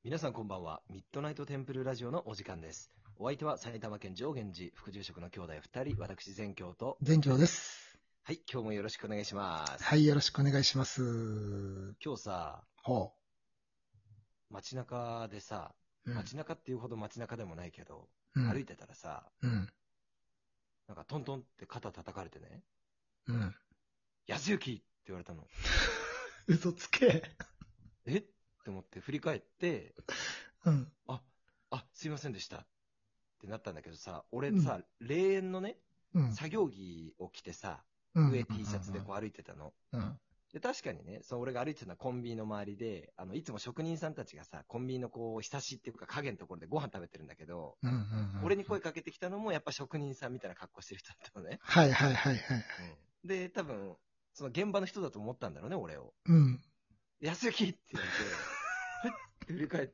皆さんこんばんは。ミッドナイトテンプルラジオのお時間です。お相手は埼玉県上元寺副住職の兄弟2人、私全教と。 全教です。 はい、今日もよろしくお願いします。 はい、よろしくお願いします。 今日さ、 ほ街中でさ、 う。 街中っていうほど街中でもないけど、 うん。 歩いてたらさ、 うん。 なんかトントンって肩叩かれてね、 うん。 安行って言われたの。 嘘つけ。 えって思って振り返って、 うん。 すいませんでしたってなったんだけどさ、俺うんさ、霊園のね、 うん。 作業着を着てさ、 うん。 上 T シャツでこう歩いてたの。 うん。 で、確かにね、俺が歩いてたのはコンビニの周りで、いつも職人さんたちがさ、コンビニのこう、ひさしっていうか影のところでご飯食べてるんだけど、 うん。うん。 俺に声かけてきたのもやっぱ職人さんみたいな格好してる人だったのね。 はいはいはいはい。 で、多分、その現場の人だと思ったんだろうね、俺を。 うん。 安行って言われて、はいって振り返って、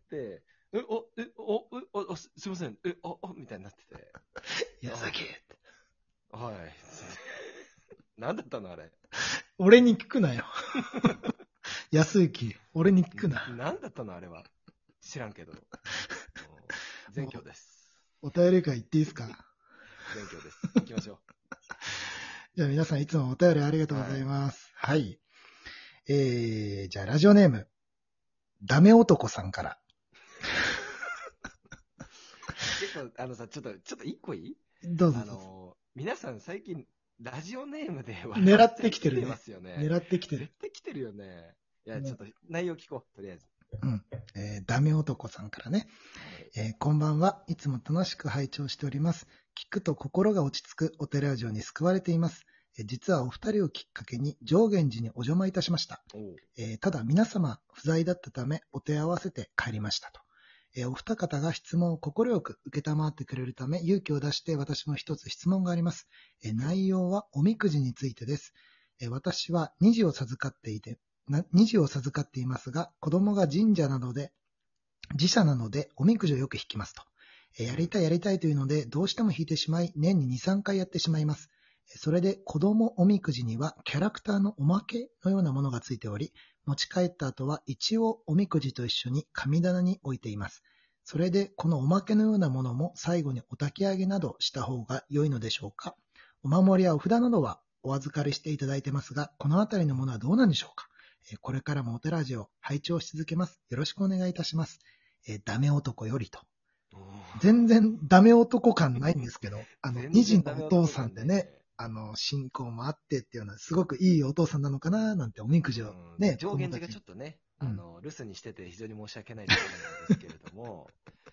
すいません、みたいになってて。 矢崎。 はい。何だったのあれ。 俺に聞くなよ。安行、俺に聞くな。 何だったのあれは。知らんけど。全教です。 お便り会行っていいですか？ 全教です。行きましょう。 じゃあ皆さんいつもお便りありがとうございます。はい。じゃあラジオネーム、ダメ男さんから。 結構、ちょっと一個いい？ どうぞ。 皆さん最近、ラジオネームで狙ってきてるね。 ますよね。 狙ってきてる。 絶対来てるよね。いや、ちょっと内容聞こう、とりあえず。 うん。ダメ男さんからね。こんばんは。いつも楽しく拝聴しております。聞くと心が落ち着くお寺ラジオに救われています。実はお二人をきっかけに上元寺にお邪魔いたしました。ただ皆様不在だったためお手合わせて帰りましたと。お二方が質問を心よく受けたまわってくれるため勇気を出して私も一つ質問があります。内容はおみくじについてです。私は2児を授かっていますが、子供が神社などで、寺社なのでおみくじをよく引きますと。やりたいというので、どうしても引いてしまい、年に2、3回やってしまいます。それで子供おみくじにはキャラクターのおまけのようなものがついており、持ち帰った後は一応おみくじと一緒に神棚に置いています。それでこのおまけのようなものも最後にお焚き上げなどした方が良いのでしょうか。お守りやお札などはお預かりしていただいてますが、このあたりのものはどうなんでしょうか。これからもお寺ラジオ拝聴し続けます。よろしくお願いいたします。ダメ男よりと。全然ダメ男感ないんですけど、二児のお父さんでね、信仰もあってっていうのはすごくいいお父さんなのかななんておみくじをね、 上限寺がちょっとね、留守にしてて非常に申し訳ないところなんですけれども、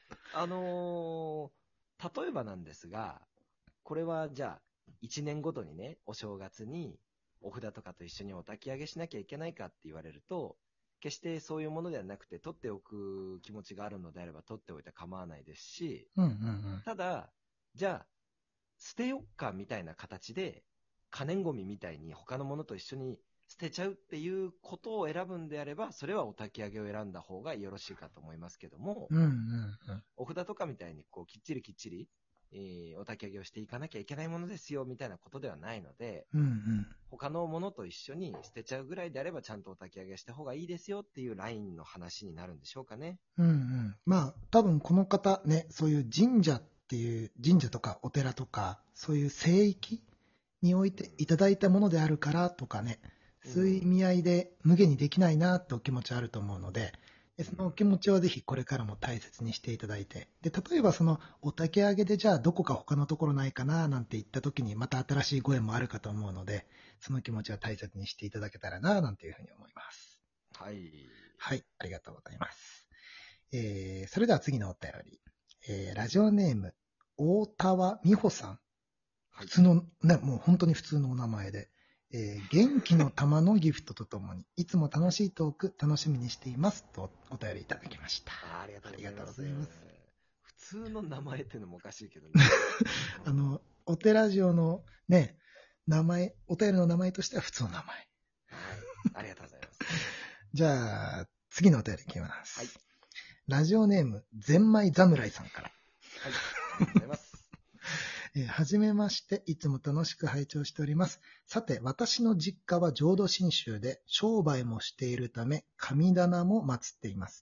例えばなんですが、これはじゃあ、1年ごとにね、お正月にお札とかと一緒にお焚き上げしなきゃいけないかって言われると、決してそういうものではなくて、取っておく気持ちがあるのであれば取っておいて構わないですし、ただ、じゃあ、捨てよっかみたいな形で、可燃ごみみたいに他のものと一緒に捨てちゃうっていうことを選ぶんであれば、それはお焚き上げを選んだ方がよろしいかと思いますけども、お札とかみたいにこうきっちり、お焚き上げをしていかなきゃいけないものですよみたいなことではないので、他のものと一緒に捨てちゃうぐらいであればちゃんとお焚き上げした方がいいですよっていうラインの話になるんでしょうかね。 まあ多分この方ね、そういう神社っていう神社とかお寺とかそういう聖域においていただいたものであるからとかね、そういう意味合いで無限にできないなってお気持ちあると思うので、そのお気持ちをぜひこれからも大切にしていただいて、で例えばそのお焚き上げでじゃあどこか他のところないかななんて言った時にまた新しいご縁もあるかと思うので、その気持ちは大切にしていただけたらななんていうふうに思います。 はい。 はい、ありがとうございます。それでは次のお便り。ラジオネーム、大田和美穂さん。普通の、ね、もう本当に普通のお名前で。元気の玉のギフトとともに、いつも楽しいトーク楽しみにしていますとお便りいただきました。 ありがとうございます。普通の名前っていうのもおかしいけどね。 お寺ジオのね、名前、お便りの名前としては普通の名前。はい。 ありがとうございます。 じゃあ、次のお便りいきます。 はい。 ラジオネーム、ゼンマイ侍さんから。 はい。ありがとうございます。 はじめまして、いつも楽しく拝聴しております。さて、私の実家は浄土真宗で商売もしているため、神棚も祀っています。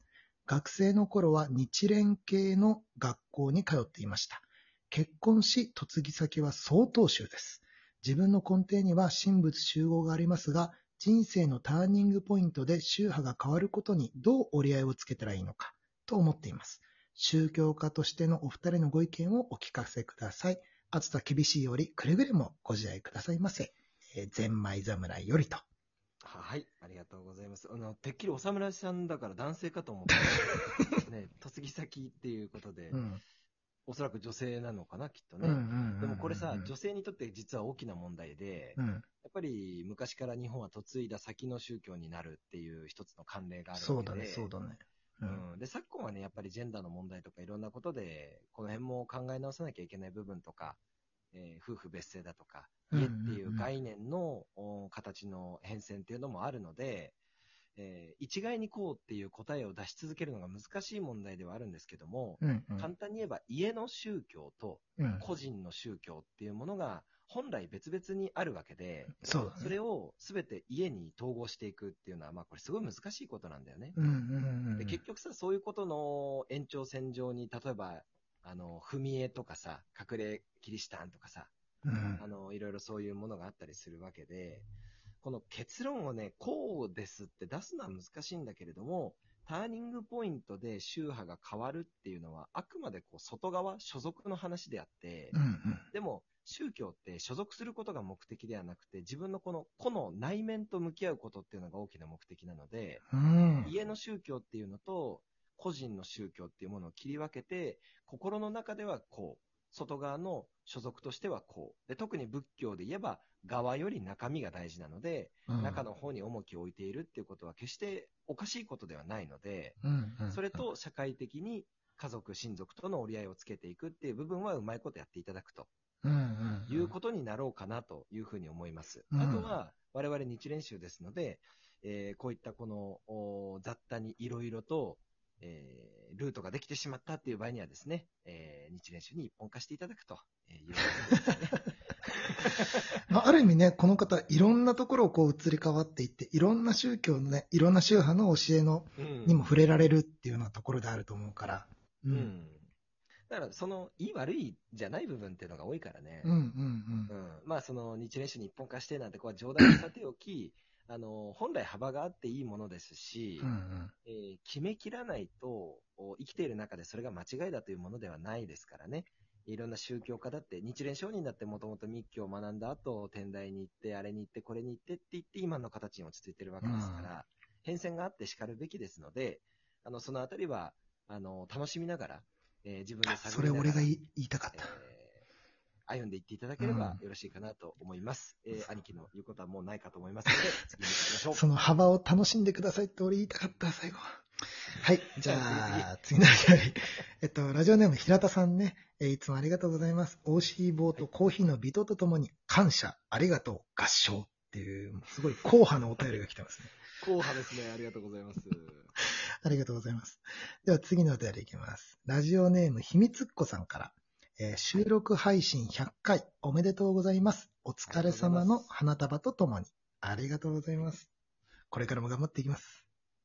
学生の頃は日蓮系の学校に通っていました。結婚し、嫁ぎ先は曹洞宗です。自分の根底には神仏集合がありますが、人生のターニングポイントで宗派が変わることにどう折り合いをつけたらいいのかと思っています。宗教家としてのお二人のご意見をお聞かせください。暑さ厳しいよりくれぐれもご自愛くださいませ。ゼンマイ侍よりと。 はい、ありがとうございます。てっきりお侍さんだから男性かと思ってね、嫁ぎ先っていうことで、おそらく女性なのかな、きっとね。でもこれさ、女性にとって実は大きな問題で、やっぱり昔から日本は嫁いだ先の宗教になるっていう一つの慣例があるわけで、 そうだね。 で、昨今はね、やっぱりジェンダーの問題とかいろんなことで、この辺も考え直さなきゃいけない部分とか、夫婦別姓だとか、家っていう概念の形の変遷っていうのもあるので、一概にこうっていう答えを出し続けるのが難しい問題ではあるんですけども、簡単に言えば家の宗教と個人の宗教っていうものが本来別々にあるわけで、それを全て家に統合していくっていうのは、まあこれすごい難しいことなんだよね。で結局さ、そういうことの延長線上に、例えば、踏み絵とかさ、隠れキリシタンとかさ、いろいろそういうものがあったりするわけで、この結論をね、こうですって出すのは難しいんだけれども、ターニングポイントで宗派が変わるっていうのは、あくまでこう外側、所属の話であって、でも、宗教って所属することが目的ではなくて、自分のこの個の内面と向き合うことっていうのが大きな目的なので、家の宗教っていうのと、個人の宗教っていうものを切り分けて、心の中ではこう、外側の所属としてはこう。で、特に仏教で言えば、側より中身が大事なので、中の方に重きを置いているっていうことは決しておかしいことではないので、それと社会的に家族、親族との折り合いをつけていくっていう部分はうまいことやっていただくということになろうかなというふうに思います。あとは、我々日蓮宗ですので、こういったこの雑多にいろいろと、ルートができてしまったっていう場合にはですね、日蓮宗に一本化していただくということですね。 ある意味ね、この方、いろんなところをこう移り変わっていって、いろんな宗教のね、いろんな宗派の教えの、にも触れられるっていうようなところであると思うから。 だから、その、いい悪いじゃない部分っていうのが多いからね。まあ、その、日蓮宗に一本化してなんて、こう冗談にさておき、本来幅があっていいものですし、決めきらないと、生きている中でそれが間違いだというものではないですからね。いろんな宗教家だって、日蓮上人だってもともと密教を学んだ後、天台に行って、あれに行って、これに行ってって言って、今の形に落ち着いてるわけですから、変遷があって叱るべきですので、そのあたりは、楽しみながら、自分で探りながら、 それ俺が言いたかった。 歩んでいっていただければよろしいかなと思います。兄貴の言うことはもうないかと思いますので、次に行きましょう。 その幅を楽しんでくださいって俺言いたかった、最後。はい。じゃあ、次のお便り。ラジオネーム平田さんね。いつもありがとうございます。OC ボーとコーヒーの微糖とともに、感謝、ありがとう、合唱っていう、すごい硬派なお便りが来てますね。 硬派ですね。ありがとうございます。 ありがとうございます。では次のお便りいきます。ラジオネームひみつっこさんから。収録配信100回おめでとうございます。お疲れ様の花束とともに。ありがとうございます。これからも頑張っていきます。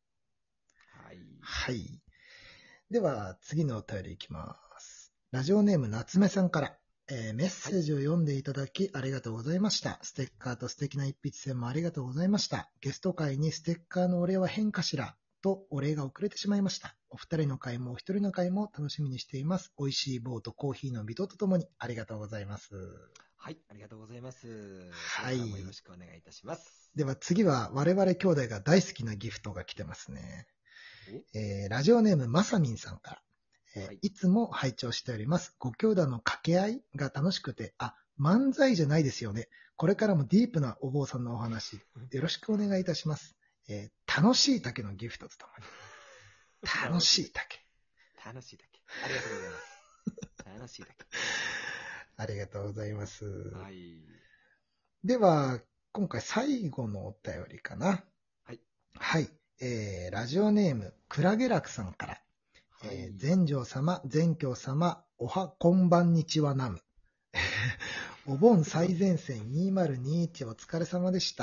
はい。では、次のお便りいきます。ラジオネーム夏目さんから、メッセージを読んでいただきありがとうございました。ステッカーと素敵な一筆箋もありがとうございました。ゲスト会にステッカーのお礼は変かしらとお礼が遅れてしまいました。お二人の会もお一人の会も楽しみにしています。美味しい棒とコーヒーの微糖とともにありがとうございます。 はい、ありがとうございます。 はい。 よろしくお願いいたします。 では次は我々兄弟が大好きなギフトが来てますね。ラジオネームまさみんさんから、いつも拝聴しております。ご兄弟の掛け合いが楽しくて、漫才じゃないですよね。これからもディープなお坊さんのお話、よろしくお願いいたします。楽しい竹のギフトとともに。楽しい竹。 楽しい竹。ありがとうございます。楽しい竹。 ありがとうございます。 はい。 では、今回最後のお便りかな。 はい。 はい。ラジオネーム、クラゲラクさんから。全成様、全教様、おはこんばんにちはなむ。お盆最前線2021お疲れ様でした。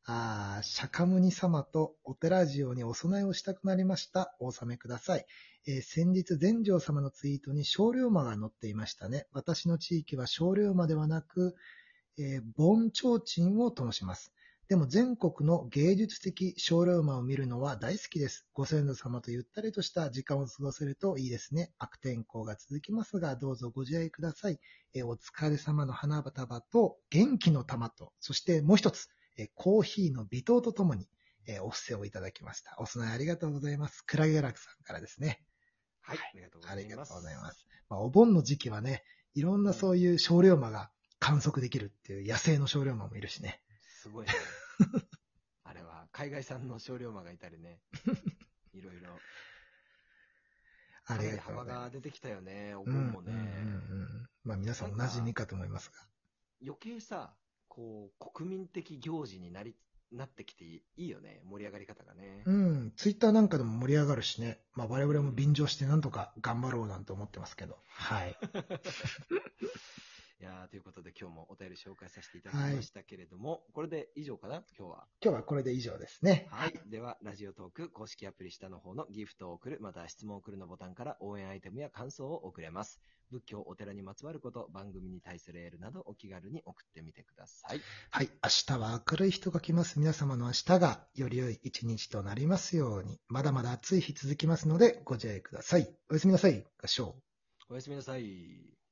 釈迦牟尼様とお寺ジオにお供えをしたくなりました。お納めください。先日、全成様のツイートに少量馬が載っていましたね。私の地域は少量馬ではなく、盆提灯を灯します。でも全国の芸術的少量馬を見るのは大好きです。ご先祖様とゆったりとした時間を過ごせるといいですね。悪天候が続きますが、どうぞご自愛ください。お疲れ様の花束と元気の玉と、そしてもう一つ、コーヒーの微糖とともに、お布施をいただきました。お供えありがとうございます。クラゲラクさんからですね。 はい、ありがとうございます。 ありがとうございます。お盆の時期はね、いろんなそういう少量馬が観測できるっていう野生の少量馬もいるしね。 すごいね。あれは海外産の少量馬がいたりね。いろいろ。 ありがとう幅ございます。 が出てきたよね、お盆もね。 まあ皆さんお馴染みかと思いますが。 余計さ、こう、国民的行事になってきていいよね、盛り上がり方がね。 ツイッターなんかでも盛り上がるしね。まあ我々も便乗してなんとか頑張ろうなんて思ってますけど。はい。 いやーということで今日もお便り紹介させていただきましたけれども、これで以上かな、今日は。 今日はこれで以上ですね。 はい。では、ラジオトーク公式アプリ下の方のギフトを送る、または質問を送るのボタンから応援アイテムや感想を送れます。仏教、お寺にまつわること、番組に対するエールなどお気軽に送ってみてください。 はい。明日は明るい日と書きます。皆様の明日がより良い一日となりますように。まだまだ暑い日続きますのでご自愛ください。おやすみなさい。合唱。 おやすみなさい。